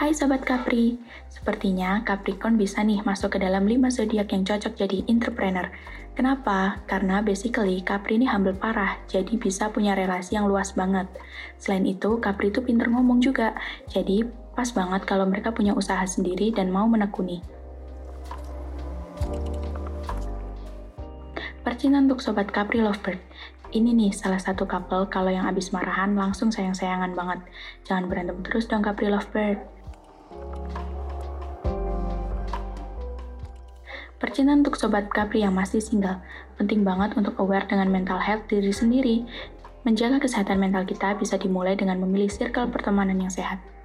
Hai Sobat Capri, sepertinya Capricorn bisa nih masuk ke dalam 5 zodiak yang cocok jadi entrepreneur. Kenapa? Karena basically Capri ini humble parah, jadi bisa punya relasi yang luas banget. Selain itu, Capri itu pinter ngomong juga, jadi pas banget kalau mereka punya usaha sendiri dan mau menekuni. Percintaan untuk Sobat Capri Lovebird. Ini nih salah satu couple kalau yang abis marahan langsung sayang-sayangan banget. Jangan berantem terus dong Capri Lovebird. Percintaan untuk Sobat Capri yang masih single. Penting banget untuk aware dengan mental health diri sendiri. Menjaga kesehatan mental kita bisa dimulai dengan memilih circle pertemanan yang sehat.